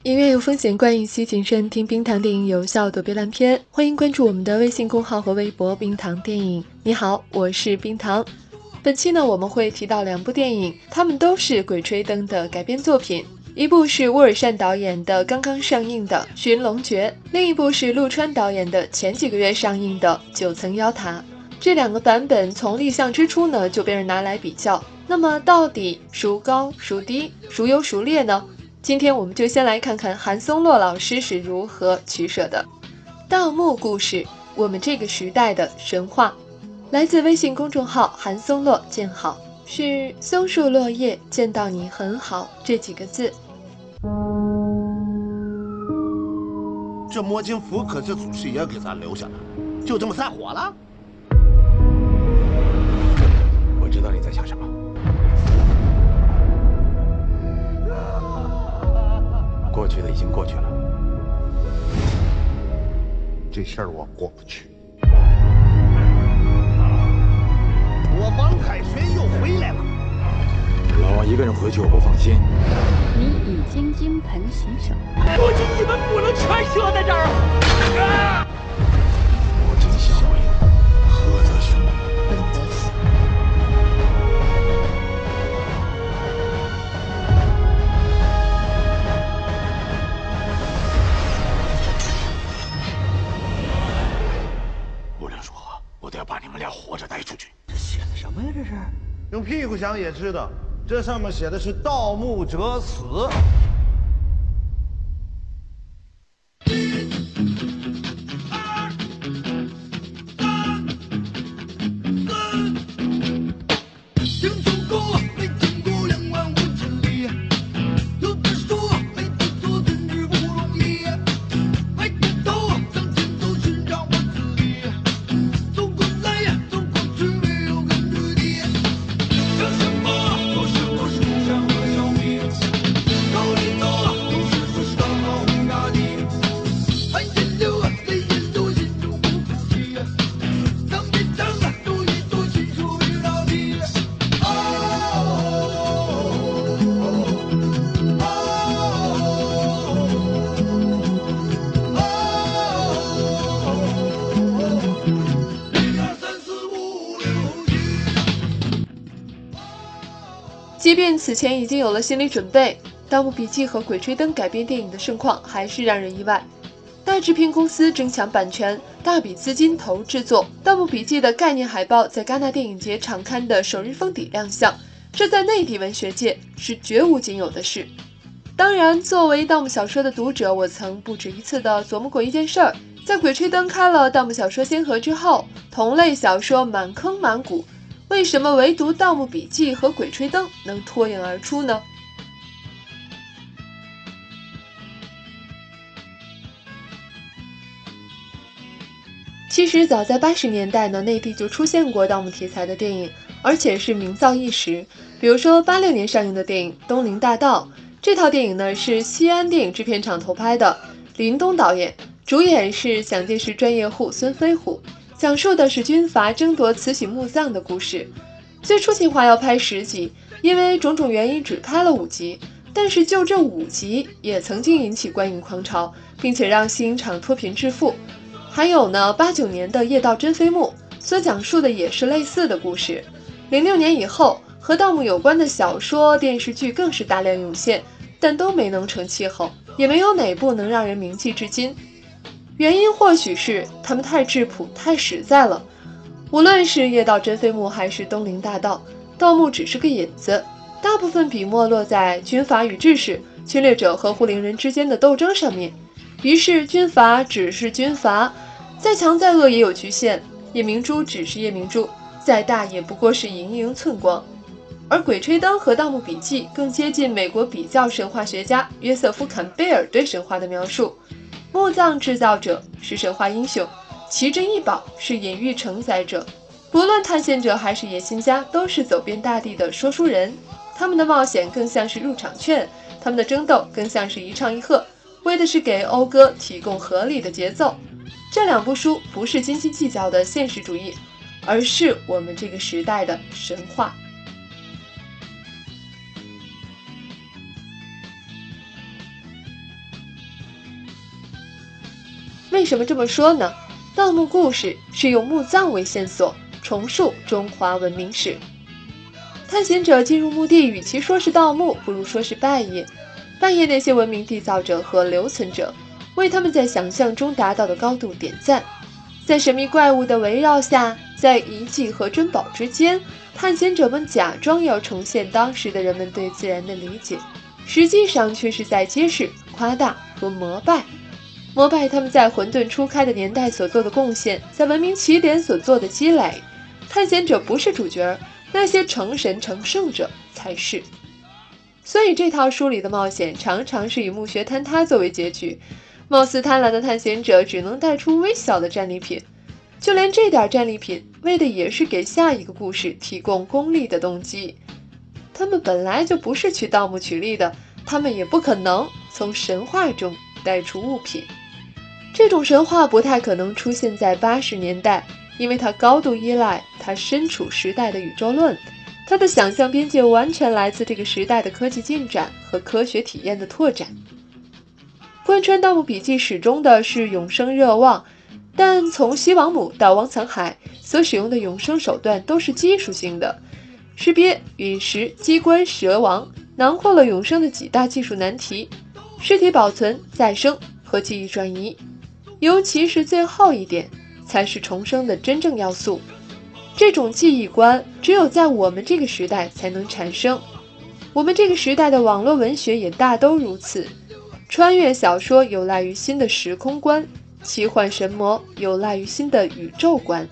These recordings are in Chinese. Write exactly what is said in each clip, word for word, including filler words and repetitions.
音乐有风险，观影需谨慎，听冰糖电影有效躲避烂片。欢迎关注我们的微信公号和微博冰糖电影。你好，我是冰糖。本期呢，我们会提到两部电影，它们都是《鬼吹灯》的改编作品。一部是乌尔善导演的刚刚上映的《寻龙诀》，另一部是陆川导演的前几个月上映的《九层妖塔》。这两个版本从立项之初呢就被人拿来比较，那么到底孰高孰低，孰优孰劣呢？今天我们就先来看看韩松洛老师是如何取舍的。盗墓故事，我们这个时代的神话，来自微信公众号韩松洛见好，是松树落叶见到你很好这几个字。 这摸金符可是祖师爷给咱留下的，就这么散伙了？ 我知道你在想什么。过去的已经过去了， 这事儿我过不去。我王凯旋又回来了。 老王一个人回去我不放心。 你已经金盆洗手。 不仅你们不能全折在这儿啊！ 我真相为何则凶， 本则死。 无论如何，我都要把你们俩活着带出去。 这写的什么呀？这是用屁股想也知道，这上面写的是盗墓者死。 即便此前已经有了心理准备，《盗墓笔记》和《鬼吹灯》改编电影的盛况还是让人意外。大制片公司争抢版权，大笔资金投制作，《盗墓笔记》的概念海报在戛纳电影节常刊的首日封底亮相，这在内地文学界是绝无仅有的事。当然，作为盗墓小说的读者，我曾不止一次地琢磨过一件事儿：在《鬼吹灯》开了盗墓小说先河之后，同类小说满坑满谷，为什么唯独《盗墓笔记》和《鬼吹灯》能脱颖而出呢？其实早在八十年代呢，内地就出现过盗墓题材的电影，而且是名噪一时。比如说八六年上映的电影《东陵大盗》，这套电影呢是西安电影制片厂投拍的，林东导演，主演是响电视专业户孙飞虎，讲述的是军阀争夺慈禧墓葬的故事。最初计划要拍十集，因为种种原因只拍了五集，但是就这五集也曾经引起观影狂潮，并且让戏影厂脱贫致富。还有呢，八九年的《夜盗真飞墓》所讲述的也是类似的故事。零六年以后，和盗墓有关的小说、电视剧更是大量涌现，但都没能成气候，也没有哪部能让人铭记至今。原因或许是他们太质朴、太实在了。无论是《夜盗真飞墓》还是《东陵大盗》，盗墓只是个引子，大部分笔墨落在军阀与志士、侵略者和护林人之间的斗争上面。于是军阀只是军阀，再强再恶也有局限，夜明珠只是夜明珠，再大也不过是盈盈寸光。而《鬼吹灯》和《盗墓笔记》更接近美国比较神话学家约瑟夫·坎贝尔对神话的描述，墓葬制造者是神话英雄，奇珍异宝是隐喻承载者。不论探险者还是野心家，都是走遍大地的说书人。他们的冒险更像是入场券，他们的争斗更像是一唱一和，为的是给讴歌提供合理的节奏。这两部书不是斤斤计较的现实主义，而是我们这个时代的神话。 为什么这么说呢？盗墓故事是用墓葬为线索，重述中华文明史。探险者进入墓地，与其说是盗墓，不如说是拜谒，拜谒那些文明缔造者和留存者，为他们在想象中达到的高度点赞。在神秘怪物的围绕下，在遗迹和珍宝之间，探险者们假装要重现当时的人们对自然的理解，实际上却是在揭示、夸大和膜拜。膜拜他们在混沌初开的年代所做的贡献，在文明起点所做的积累。探险者不是主角，那些成神成圣者才是。所以这套书里的冒险常常是以墓穴坍塌作为结局，貌似贪婪的探险者只能带出微小的战利品，就连这点战利品为的也是给下一个故事提供功利的动机。他们本来就不是去盗墓取利的，他们也不可能从神话中带出物品。这种神话不太可能出现在八十年代，因为它高度依赖它身处时代的宇宙论，它的想象边界完全来自这个时代的科技进展和科学体验的拓展。贯穿《盗墓笔记》始终的是永生热望，但从西王母到汪藏海所使用的永生手段都是技术性的，识别、陨石、机关、蛇王囊括了永生的几大技术难题：尸体保存、再生和记忆转移。尤其是最后一点，才是重生的真正要素。这种记忆观只有在我们这个时代才能产生，我们这个时代的网络文学也大都如此。穿越小说有赖于新的时空观，奇幻神魔有赖于新的宇宙观。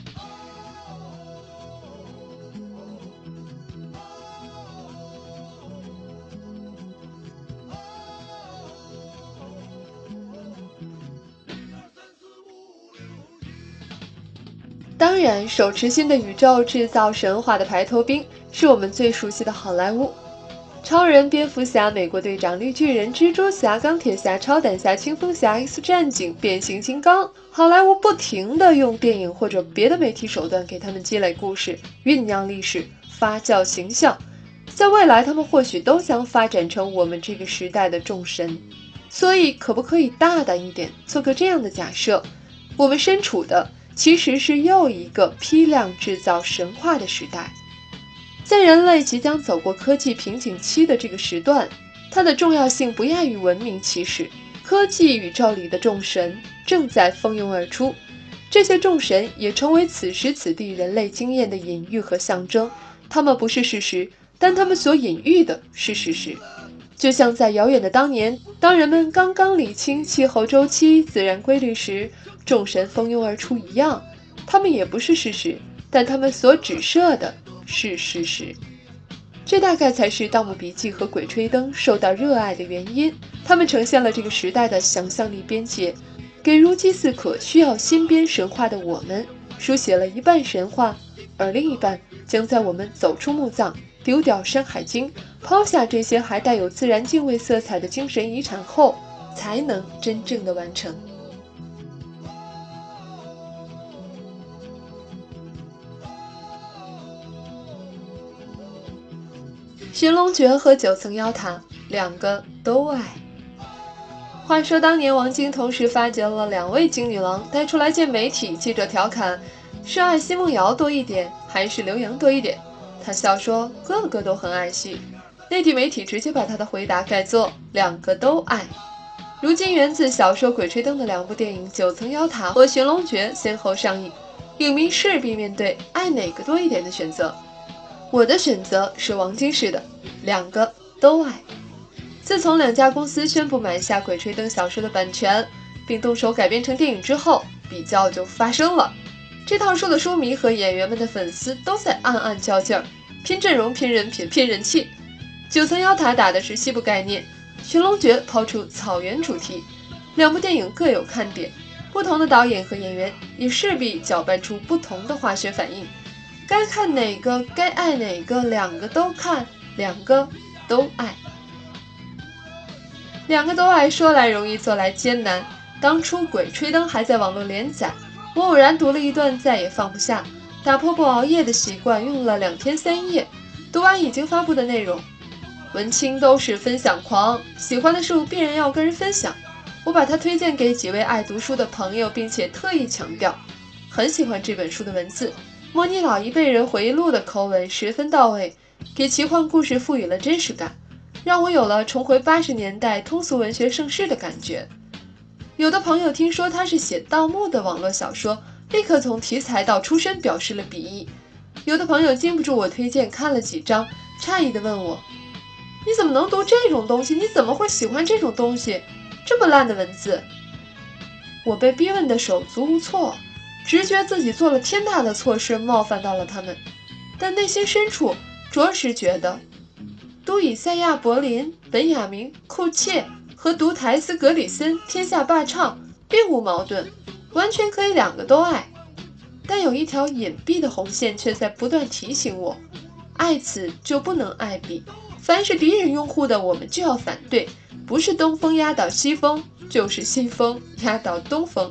当然，手持新的宇宙制造神话的排头兵是我们最熟悉的好莱坞。超人、蝙蝠侠、美国队长、绿巨人、蜘蛛侠、钢铁侠、超胆侠、青蜂侠、X 战警、变形金刚，好莱坞不停地用电影或者别的媒体手段给他们积累故事、酝酿历史、发酵形象。在未来，他们或许都将发展成我们这个时代的众神。所以，可不可以大胆一点，做个这样的假设：我们身处的其实是又一个批量制造神话的时代。在人类即将走过科技瓶颈期的这个时段，它的重要性不亚于文明起始。科技宇宙里的众神正在蜂拥而出，这些众神也成为此时此地人类经验的隐喻和象征。他们不是事实，但他们所隐喻的是事实。就像在遥远的当年，当人们刚刚理清气候周期、自然规律时，众神蜂拥而出一样，他们也不是事实，但他们所指涉的是事实。这大概才是《盗墓笔记》和《鬼吹灯》受到热爱的原因，他们呈现了这个时代的想象力边界，给如饥似渴需要新编神话的我们书写了一半神话，而另一半将在我们走出墓葬、丢掉《山海经》、抛下这些还带有自然敬畏色彩的精神遗产后，才能真正的完成。寻龙诀和九层妖塔，两个都爱。话说当年王晶同时发掘了两位金女郎，带出来见媒体，记者调侃是爱奚梦瑶多一点还是刘洋多一点，他笑说个个都很爱惜。内地媒体直接把他的回答改作两个都爱。如今源自小说《鬼吹灯》的两部电影《九层妖塔》和《寻龙诀》先后上映，影迷势必面对爱哪个多一点的选择。我的选择是王晶式的，两个都爱。自从两家公司宣布买下《鬼吹灯》小说的版权，并动手改编成电影之后，比较就发生了。这套书的书迷和演员们的粉丝都在暗暗较劲儿，拼阵容、拼人品、拼人气。九层妖塔打的是西部概念，寻龙诀抛出草原主题。两部电影各有看点，不同的导演和演员也势必搅拌出不同的化学反应。该看哪个，该爱哪个，两个都看，两个都爱。两个都爱说来容易，做来艰难。当初《鬼吹灯》还在网络连载，我偶然读了一段，再也放不下，打破不熬夜的习惯，用了两天三夜。读完已经发布的内容，文青都是分享狂，喜欢的事物必然要跟人分享。 我把它推荐给几位爱读书的朋友，并且特意强调，很喜欢这本书的文字，模拟老一辈人回忆录的口吻十分到位，给奇幻故事赋予了真实感，让我有了重回八十年代通俗文学盛世的感觉。有的朋友听说他是写盗墓的网络小说，立刻从题材到出身表示了鄙夷。有的朋友禁不住我推荐，看了几章，诧异地问我，你怎么能读这种东西？你怎么会喜欢这种东西？这么烂的文字。我被逼问的手足无措，直觉自己做了天大的错事，冒犯到了他们，但内心深处着实觉得读以赛亚·柏林、本雅明·库切和读台斯·格里森天下霸唱并无矛盾，完全可以两个都爱。但有一条隐蔽的红线却在不断提醒我，爱此就不能爱彼，凡是敌人拥护的我们就要反对，不是东风压倒西风，就是西风压倒东风。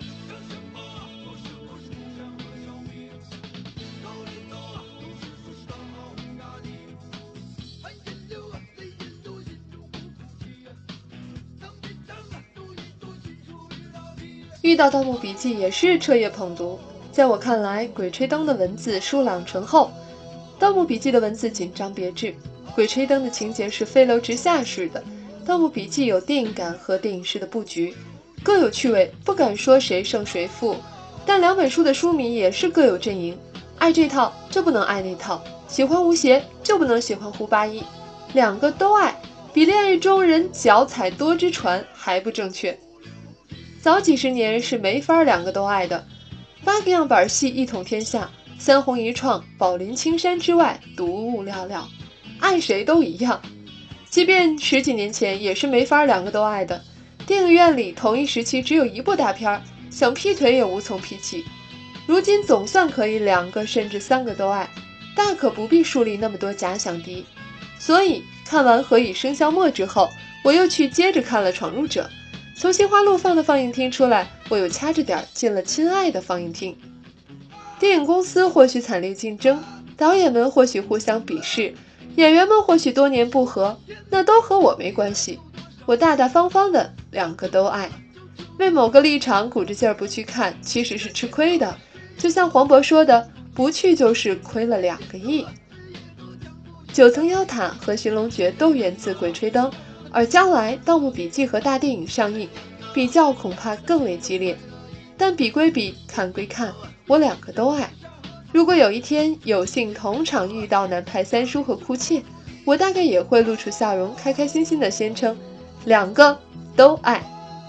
遇到《盗墓笔记》也是彻夜捧读，在我看来，《鬼吹灯》的文字疏朗醇厚，《盗墓笔记》的文字紧张别致，《鬼吹灯》的情节是飞流直下式的，《盗墓笔记》有电影感和电影式的布局，各有趣味，不敢说谁胜谁负，但两本书的书迷也是各有阵营，爱这套就不能爱那套，喜欢吴邪就不能喜欢胡八一，两个都爱，比恋爱中人脚踩多只船还不正确。早几十年是没法两个都爱的，八个样板戏一统天下，三红一创，宝林青山之外独物寥寥，爱谁都一样。即便十几年前也是没法两个都爱的，电影院里同一时期只有一部大片，想劈腿也无从劈起。如今总算可以两个甚至三个都爱，大可不必树立那么多假想敌。所以看完《何以笙箫默》之后，我又去接着看了《闯入者》，从心花怒放的放映厅出来，我又掐着点进了亲爱的放映厅。电影公司或许惨烈竞争，导演们或许互相鄙视，演员们或许多年不和，那都和我没关系。我大大方方的两个都爱。为某个立场鼓着劲儿不去看，其实是吃亏的。就像黄渤说的，不去就是亏了两个亿。九层妖塔和寻龙诀都源自鬼吹灯，而将来《盗墓笔记》和大电影上映，比较恐怕更为激烈。但比归比，看归看，我两个都爱。如果有一天有幸同场遇到南派三叔和库切，我大概也会露出笑容，开开心心的宣称两个都爱。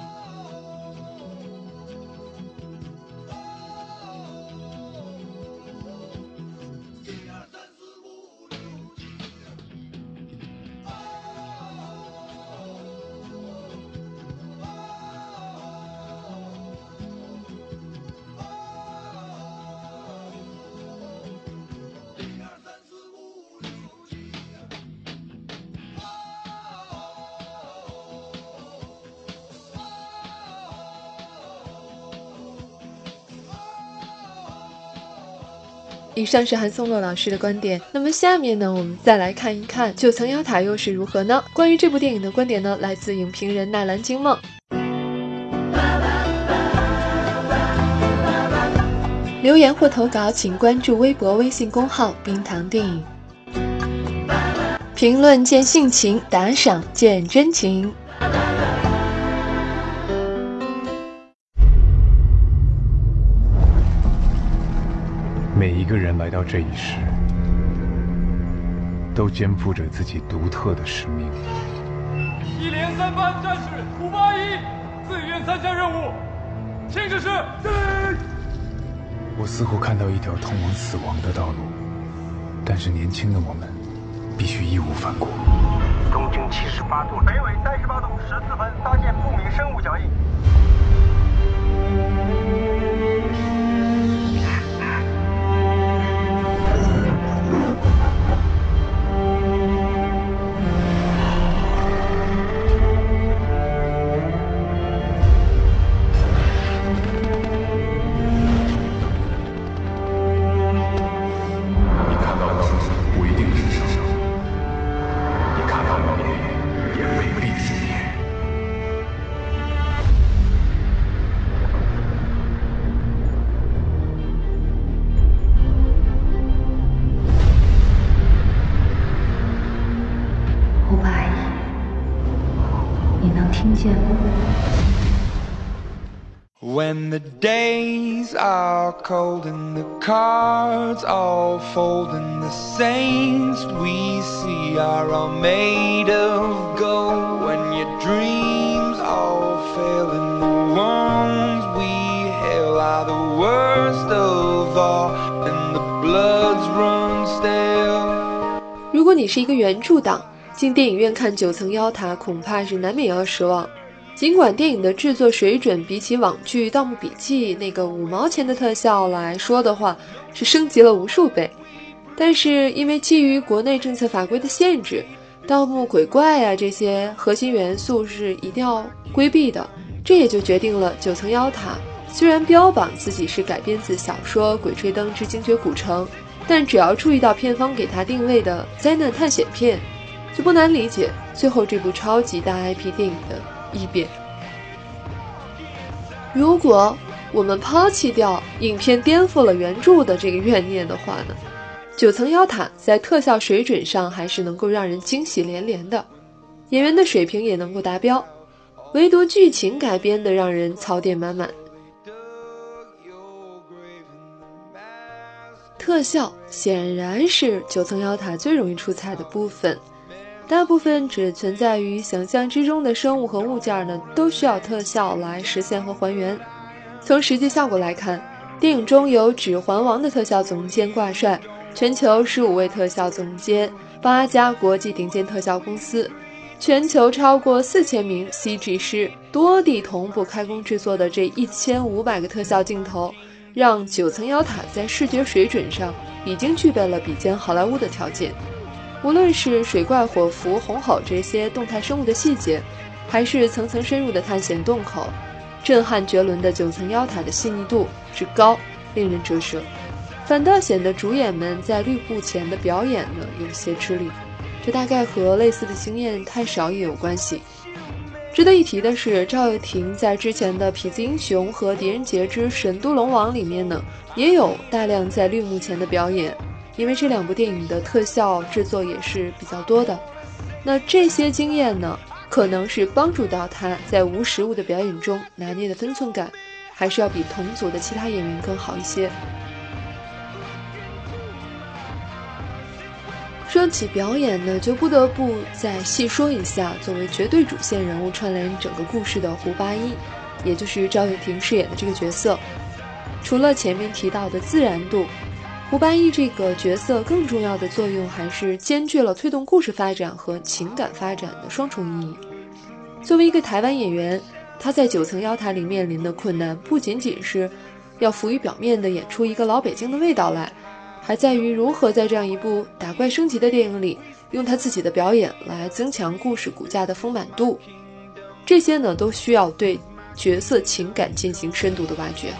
以上是韩松洛老师的观点，那么下面呢，我们再来看一看九层妖塔又是如何呢？关于这部电影的观点呢，来自影评人纳兰金梦。留言或投稿请关注微博微信公号冰糖电影，评论见性情，打赏见真情。 每一个人来到这一世，都肩负着自己独特的使命。 一连三班战士胡八一自愿参加任务，请指示。 我似乎看到一条通往死亡的道路，但是年轻的我们必须义无反顾。 东经七十八度，北纬三十八度十四分，发现不明生物脚印。 胡八一，你能听见吗？ When the days are cold and the cards all fold and the saints we see are all made of gold, when your dreams all fail and the wounds we hail are the worst of all and the bloods run stale。 如果你是一个原著党，进电影院看《九层妖塔》恐怕是难免要失望。尽管电影的制作水准比起网剧《盗墓笔记》那个五毛钱的特效来说的话，是升级了无数倍，但是因为基于国内政策法规的限制，盗墓鬼怪啊这些核心元素是一定要规避的，这也就决定了《九层妖塔》虽然标榜自己是改编自小说《鬼吹灯之精绝古城》，但只要注意到片方给它定位的灾难探险片，就不难理解最后这部超级大 I P 电影的异变。如果我们抛弃掉影片颠覆了原著的这个怨念的话呢，九层妖塔在特效水准上还是能够让人惊喜连连的，演员的水平也能够达标，唯独剧情改编的让人槽点满满。特效显然是九层妖塔最容易出彩的部分，大部分只存在于想象之中的生物和物件呢，都需要特效来实现和还原。从实际效果来看，电影中有指环王的特效总监挂帅，全球十五位特效总监，八家国际顶尖特效公司，全球超过四千名 C G 师，多地同步开工制作的这一千五百个特效镜头，让九层妖塔在视觉水准上已经具备了比肩好莱坞的条件。无论是水怪、火蝠、红吼这些动态生物的细节，还是层层深入的探险洞口，震撼绝伦的九层妖塔的细腻度之高，令人折舌。反倒显得主演们在绿幕前的表演呢有些吃力，这大概和类似的经验太少也有关系。值得一提的是，赵又廷在之前的《痞子英雄》和《狄仁杰之神都龙王》里面呢，也有大量在绿幕前的表演，因为这两部电影的特效制作也是比较多的。那这些经验呢，可能是帮助到他在无实物的表演中拿捏的分寸感，还是要比同组的其他演员更好一些。说起表演呢，就不得不再细说一下作为绝对主线人物串联整个故事的胡八一，也就是赵又廷饰演的这个角色。除了前面提到的自然度，胡八一这个角色更重要的作用还是兼具了推动故事发展和情感发展的双重意义。作为一个台湾演员，他在九层妖塔里面临的困难不仅仅是要浮于表面的演出一个老北京的味道来，还在于如何在这样一部打怪升级的电影里，用他自己的表演来增强故事骨架的丰满度。这些呢，都需要对角色情感进行深度的挖掘。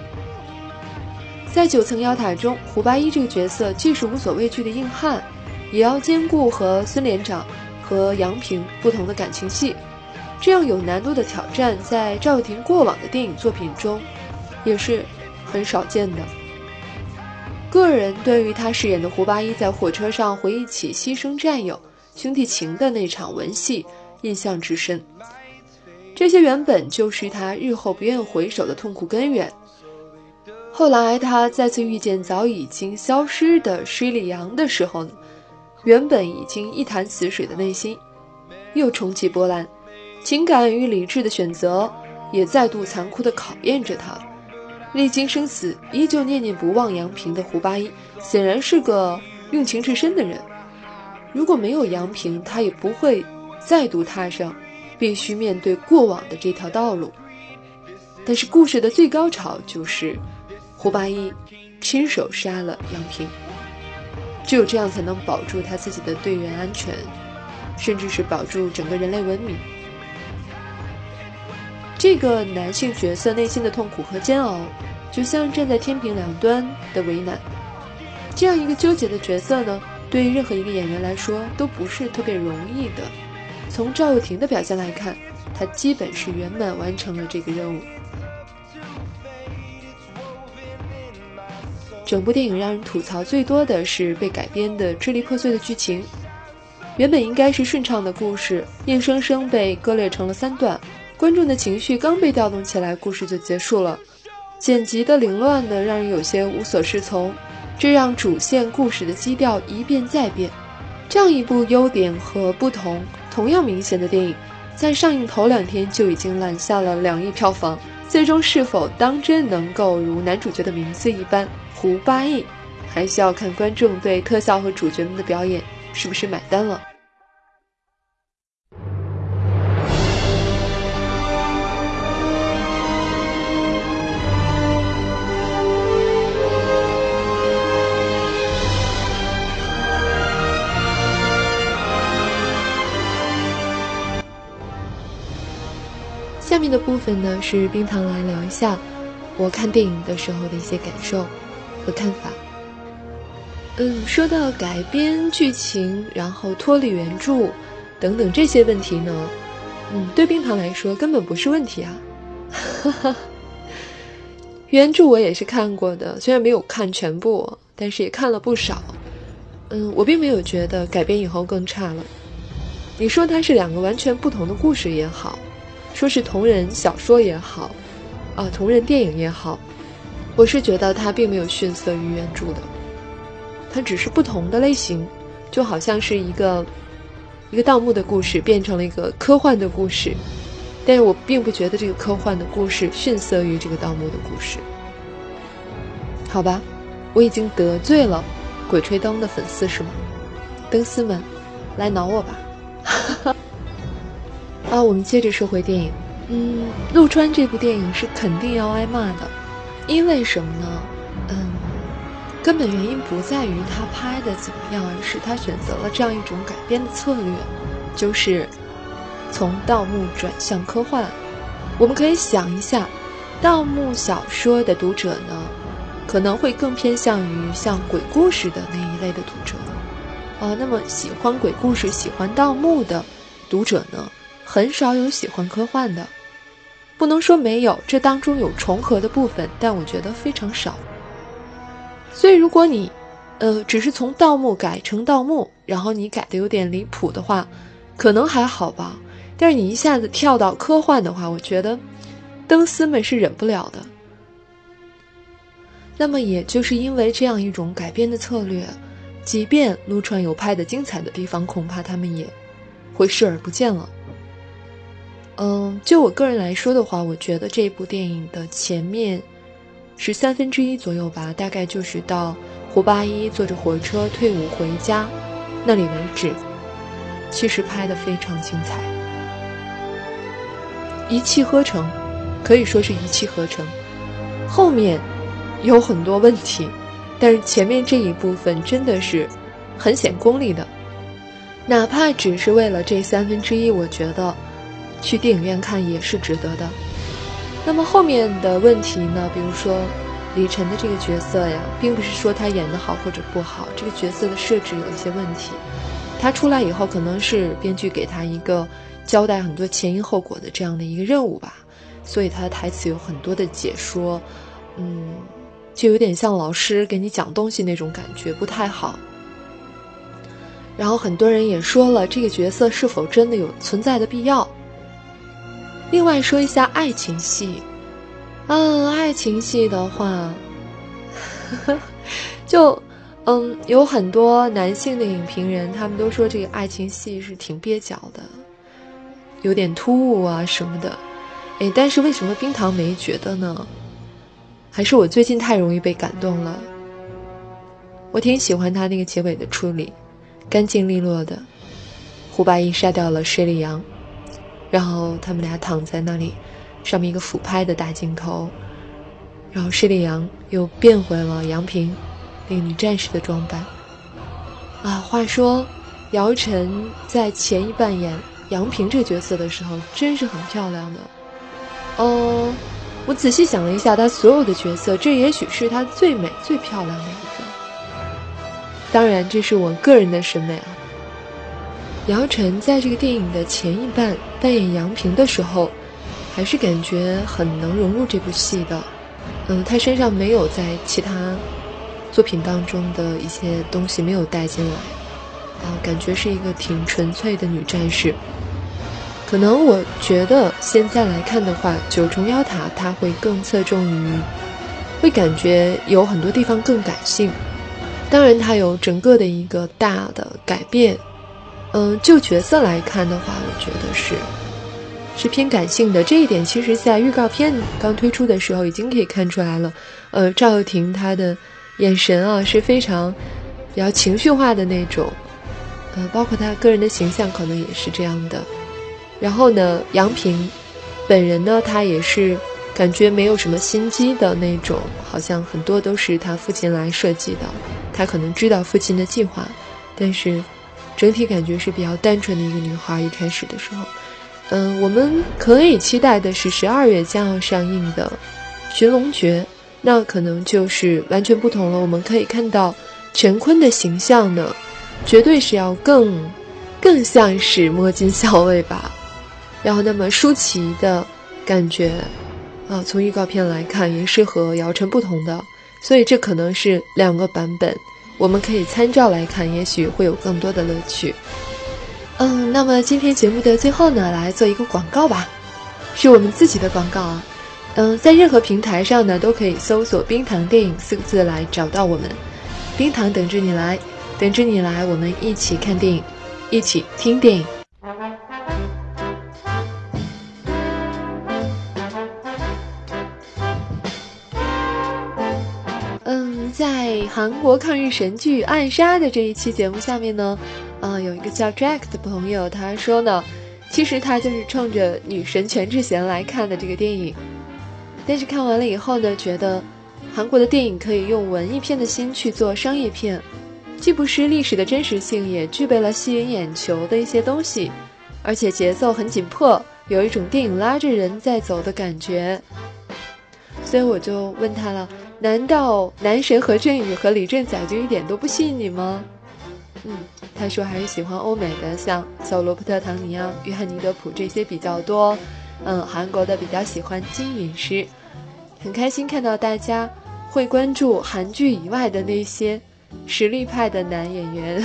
在九层妖塔中，胡八一这个角色既是无所畏惧的硬汉，也要兼顾和孙连长和杨平不同的感情戏。这样有难度的挑战，在赵又廷过往的电影作品中也是很少见的。个人对于他饰演的胡八一在火车上回忆起牺牲战友兄弟情的那场文戏印象至深，这些原本就是他日后不愿回首的痛苦根源。后来他再次遇见早已经消失的施里阳的时候，原本已经一潭死水的内心又重启波澜，情感与理智的选择也再度残酷地考验着他。历经生死依旧念念不忘杨平的胡八一，显然是个用情至深的人。如果没有杨平，他也不会再度踏上必须面对过往的这条道路。但是故事的最高潮就是胡八一亲手杀了杨平，只有这样才能保住他自己的队员安全，甚至是保住整个人类文明。这个男性角色内心的痛苦和煎熬，就像站在天平两端的为难。这样一个纠结的角色呢，对于任何一个演员来说都不是特别容易的。从赵又廷的表现来看，他基本是圆满完成了这个任务。整部电影让人吐槽最多的是被改编的支离破碎的剧情。 原本应该是顺畅的故事，硬生生被割裂成了三段，观众的情绪刚被调动起来，故事就结束了。剪辑的凌乱的让人有些无所适从，这让主线故事的基调一变再变。这样一部优点和不同同样明显的电影，在上映头两天就已经揽下了两亿票房，最终是否当真能够如男主角的名字一般胡八亿，还需要看观众对特效和主角们的表演是不是买单了。下面的部分呢，是冰糖来聊一下我看电影的时候的一些感受和看法。嗯，说到改编剧情，然后脱离原著等等这些问题呢，嗯，对冰糖来说根本不是问题啊。原著我也是看过的，虽然没有看全部，但是也看了不少。嗯，我并没有觉得改编以后更差了。你说它是两个完全不同的故事也好，说是同人小说也好，啊，同人电影也好，我是觉得它并没有逊色于原著的，它只是不同的类型，就好像是一个一个盗墓的故事变成了一个科幻的故事，但是我并不觉得这个科幻的故事逊色于这个盗墓的故事。好吧，我已经得罪了鬼吹灯的粉丝是吗？灯丝们，来挠我吧。啊，我们接着说回电影。嗯，陆川这部电影是肯定要挨骂的，因为什么呢？嗯，根本原因不在于他拍的怎么样，而是他选择了这样一种改编的策略，就是从盗墓转向科幻。我们可以想一下，盗墓小说的读者呢，可能会更偏向于像鬼故事的那一类的读者。啊，那么喜欢鬼故事、喜欢盗墓的读者呢，很少有喜欢科幻的。不能说没有，这当中有重合的部分，但我觉得非常少。所以如果你呃只是从盗墓改成盗墓，然后你改的有点离谱的话，可能还好吧。但是你一下子跳到科幻的话，我觉得灯丝们是忍不了的。那么也就是因为这样一种改编的策略，即便陆川有拍的精彩的地方，恐怕他们也会视而不见了。嗯，就我个人来说的话，我觉得这部电影的前面是三分之一左右吧，大概就是到胡八一坐着火车退伍回家那里为止，其实拍得非常精彩，一气呵成，可以说是一气呵成。后面有很多问题，但是前面这一部分真的是很显功力的，哪怕只是为了这三分之一，我觉得去电影院看也是值得的。那么后面的问题呢，比如说李晨的这个角色呀，并不是说他演得好或者不好，这个角色的设置有一些问题。他出来以后，可能是编剧给他一个交代很多前因后果的这样的一个任务吧，所以他的台词有很多的解说，嗯，就有点像老师给你讲东西那种感觉，不太好。然后很多人也说了，这个角色是否真的有存在的必要。另外说一下爱情戏，嗯，爱情戏的话，呵呵就嗯，有很多男性的影评人，他们都说这个爱情戏是挺蹩脚的，有点突兀啊什么的。诶，但是为什么冰糖没觉得呢？还是我最近太容易被感动了。我挺喜欢他那个结尾的处理，干净利落的。胡八一杀掉了水里阳，然后他们俩躺在那里，上面一个俯拍的大镜头，然后水里阳又变回了杨平那个女战士的装扮。啊，话说姚晨在前一半演杨平这个角色的时候真是很漂亮的。哦，我仔细想了一下，她所有的角色，这也许是她最美最漂亮的一个。当然这是我个人的审美啊。姚晨在这个电影的前一半扮演杨平的时候，还是感觉很能融入这部戏的。嗯，她身上没有在其他作品当中的一些东西没有带进来， 呃，感觉是一个挺纯粹的女战士。可能我觉得现在来看的话，九重妖塔它会更侧重于，会感觉有很多地方更感性。当然它有整个的一个大的改变，嗯、呃，就角色来看的话，我觉得是是偏感性的。这一点其实在预告片刚推出的时候已经可以看出来了。呃，赵又廷她的眼神啊是非常比较情绪化的那种，呃，包括她个人的形象可能也是这样的。然后呢，杨平本人呢，他也是感觉没有什么心机的那种，好像很多都是他父亲来设计的，他可能知道父亲的计划，但是整体感觉是比较单纯的一个女孩。一开始的时候，嗯、呃，我们可以期待的是十二月将要上映的《寻龙诀》，那可能就是完全不同了。我们可以看到陈坤的形象呢，绝对是要更更像是摸金校尉吧。然后那么舒淇的感觉啊，从预告片来看也是和姚晨不同的，所以这可能是两个版本，我们可以参照来看，也许会有更多的乐趣。嗯，那么今天节目的最后呢，来做一个广告吧，是我们自己的广告啊。嗯，在任何平台上呢，都可以搜索冰糖电影四个字来找到我们。冰糖等着你来，等着你来，我们一起看电影，一起听电影。在韩国抗日神剧《暗杀》的这一期节目下面呢，呃，有一个叫 Jack 的朋友，他说呢，其实他就是冲着女神全智贤来看的这个电影，但是看完了以后呢，觉得韩国的电影可以用文艺片的心去做商业片，既不失历史的真实性，也具备了吸引眼球的一些东西，而且节奏很紧迫，有一种电影拉着人在走的感觉。所以我就问他了，难道男神何振宇和李正宰就一点都不吸引你吗？嗯，他说还是喜欢欧美的，像小罗伯特·唐尼啊、约翰尼·德普这些比较多。嗯，韩国的比较喜欢金允诗。很开心看到大家会关注韩剧以外的那些实力派的男演员。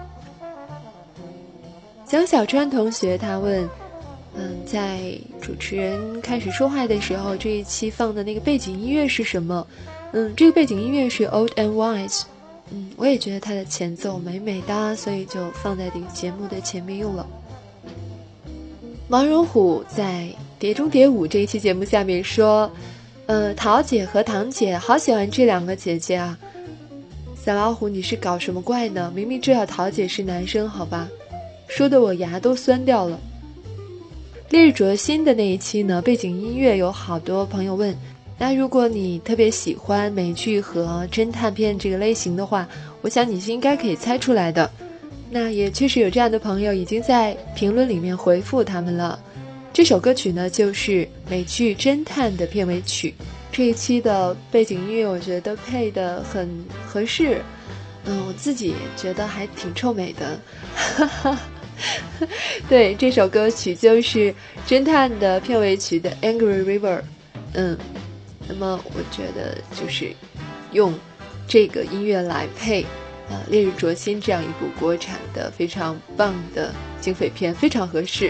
江小川同学他问，嗯，在主持人开始说话的时候，这一期放的那个背景音乐是什么？嗯，这个背景音乐是 Old and Wise。嗯，我也觉得它的前奏美美的，所以就放在这个节目的前面用了。王荣虎在《碟中谍五》这一期节目下面说，呃，桃姐和堂姐好喜欢这两个姐姐啊。小老虎，你是搞什么怪呢？明明知道桃姐是男生，好吧？说的我牙都酸掉了。烈日灼心的那一期呢，背景音乐有好多朋友问，那如果你特别喜欢美剧和侦探片这个类型的话，我想你是应该可以猜出来的。那也确实有这样的朋友已经在评论里面回复他们了。这首歌曲呢，就是美剧《侦探》的片尾曲。这一期的背景音乐我觉得配得很合适，嗯，我自己觉得还挺臭美的。哈哈。对，这首歌曲就是《侦探》的片尾曲的 Angry River。 嗯，那么我觉得就是用这个音乐来配呃，《烈日灼心》这样一部国产的非常棒的警匪片，非常合适。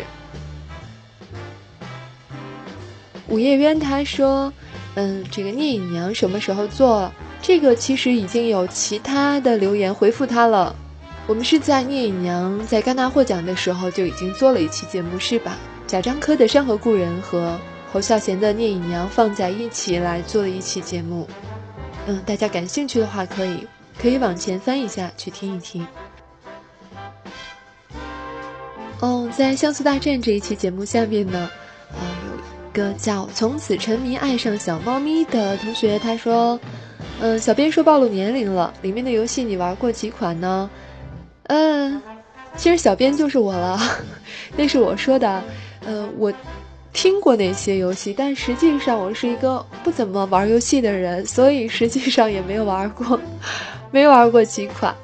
午夜渊他说，嗯，这个聂隐娘什么时候做？这个其实已经有其他的留言回复他了。我们是在聂隐娘在戛纳获奖的时候就已经做了一期节目，是吧？贾樟柯的《山河故人》和侯孝贤的《聂隐娘》放在一起来做了一期节目。嗯，大家感兴趣的话，可以可以往前翻一下去听一听。哦，在《像素大战》这一期节目下面呢，呃，有一个叫从此沉迷爱上小猫咪的同学，他说，嗯、呃，小编说暴露年龄了，里面的游戏你玩过几款呢？嗯，其实小编就是我了，那是我说的。呃，我听过那些游戏，但实际上我是一个不怎么玩游戏的人，所以实际上也没有玩过，没玩过几款。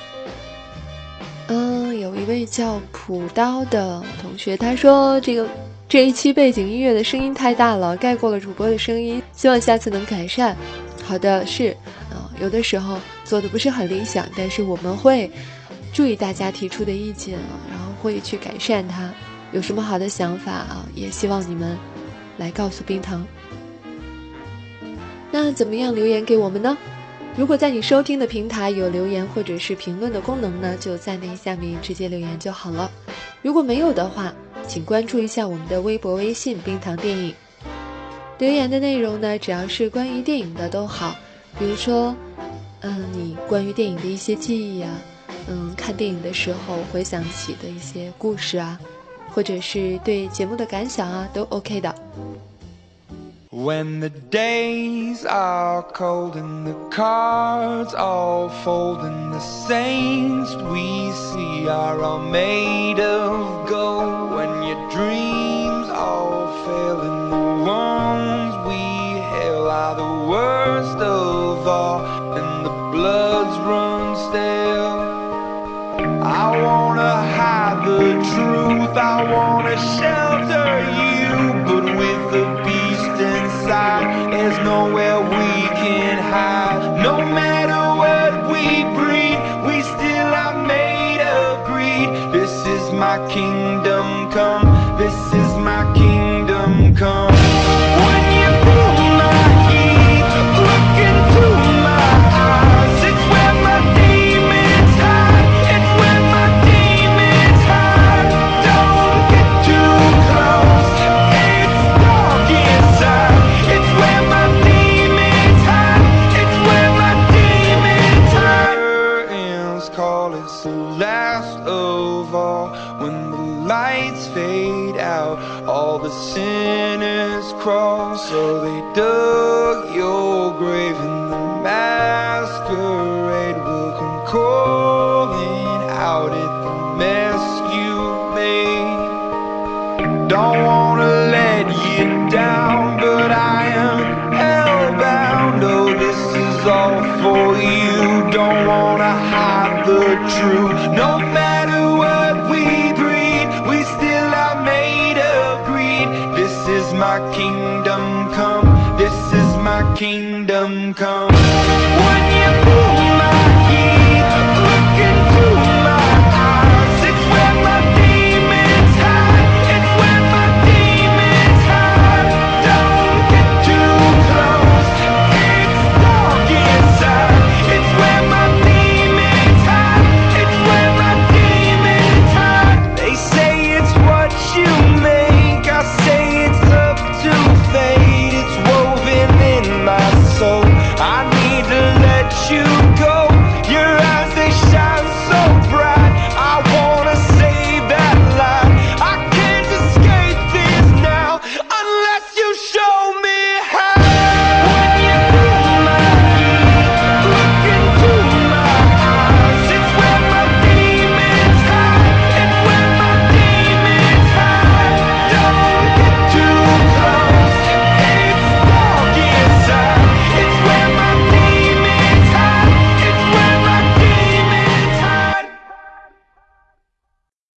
嗯，有一位叫朴刀的同学，他说这个这一期背景音乐的声音太大了，盖过了主播的声音，希望下次能改善。好的，是，呃，有的时候做的不是很理想，但是我们会注意大家提出的意见啊，然后会去改善它。有什么好的想法啊，也希望你们来告诉冰糖。那怎么样留言给我们呢？如果在你收听的平台有留言或者是评论的功能呢，就在那下面直接留言就好了。如果没有的话，请关注一下我们的微博微信冰糖电影。留言的内容呢，只要是关于电影的都好，比如说嗯，你关于电影的一些记忆啊，嗯，看电影的时候回想起的一些故事啊，或者是对节目的感想啊，都 OK 的。 When the days are cold and the cards all fold and the saints we see are all made of gold, when your dreams all fail and the ones we hail are the worst of all and the bloods run stale, I wanna hide the truth, I wanna shelter you, but with the beast inside, there's nowhere we can hide. No matter what we breed, we still are made of greed. This is my kingdom come, this is my kingdom come. When you feel my heat, look into my eyes, it's where my demons hide, it's where my demons hide. Don't get too close, it's dark inside, it's where my demons hide, it's where my demons hide. Curtains call, it's the last of all. When the lights fade out, all the sinners crawl. So they dug your grave and the masquerade will come calling out at the mess you made. Don't wanna let you down, but I am hellbound. Oh, this is all for you. Don't wanna hide the truth. No matter what we breed, we still are made of greed. This is my kingdom come, this is my kingdom come.